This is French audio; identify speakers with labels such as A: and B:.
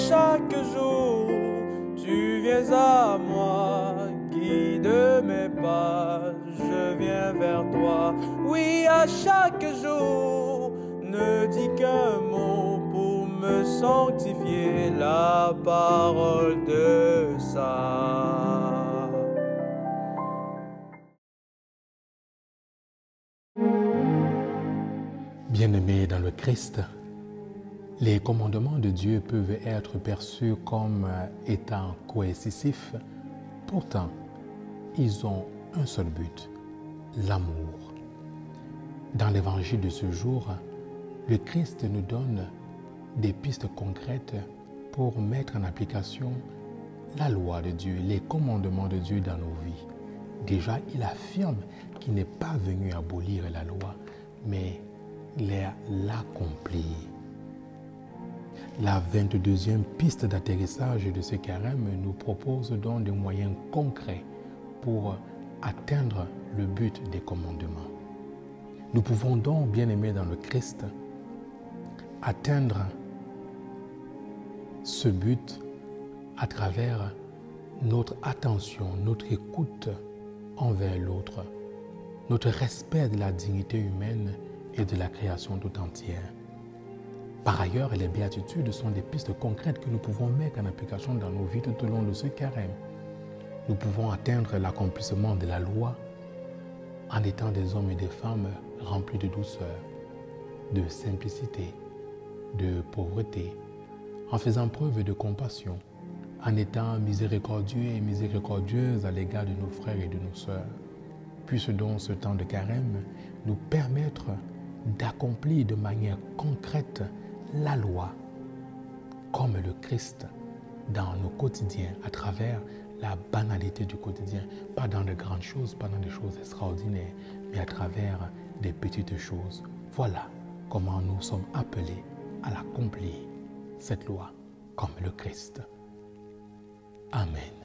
A: chaque jour, tu viens à moi, guide mes pas, je viens vers toi. Oui, à chaque jour, ne dis qu'un mot pour me sanctifier, la parole de ça.
B: Bien-aimés dans le Christ, les commandements de Dieu peuvent être perçus comme étant coercitifs. Pourtant, ils ont un seul but, l'amour. Dans l'évangile de ce jour, le Christ nous donne des pistes concrètes pour mettre en application la loi de Dieu, les commandements de Dieu dans nos vies. Déjà, il affirme qu'il n'est pas venu abolir la loi, mais l'accomplir. La 22e piste d'atterrissage de ce carême nous propose donc des moyens concrets pour atteindre le but des commandements. Nous pouvons donc, bien-aimés dans le Christ, atteindre ce but à travers notre attention, notre écoute envers l'autre, notre respect de la dignité humaine et de la création tout entière. Par ailleurs, les béatitudes sont des pistes concrètes que nous pouvons mettre en application dans nos vies tout au long de ce carême. Nous pouvons atteindre l'accomplissement de la loi en étant des hommes et des femmes remplis de douceur, de simplicité, de pauvreté, en faisant preuve de compassion, en étant miséricordieux et miséricordieuses à l'égard de nos frères et de nos sœurs. Puisse donc ce temps de carême nous permettre d'accomplir de manière concrète la loi, comme le Christ, dans nos quotidiens, à travers la banalité du quotidien, pas dans de grandes choses, pas dans des choses extraordinaires, mais à travers des petites choses. Voilà comment nous sommes appelés à l'accomplir, cette loi, comme le Christ. Amen.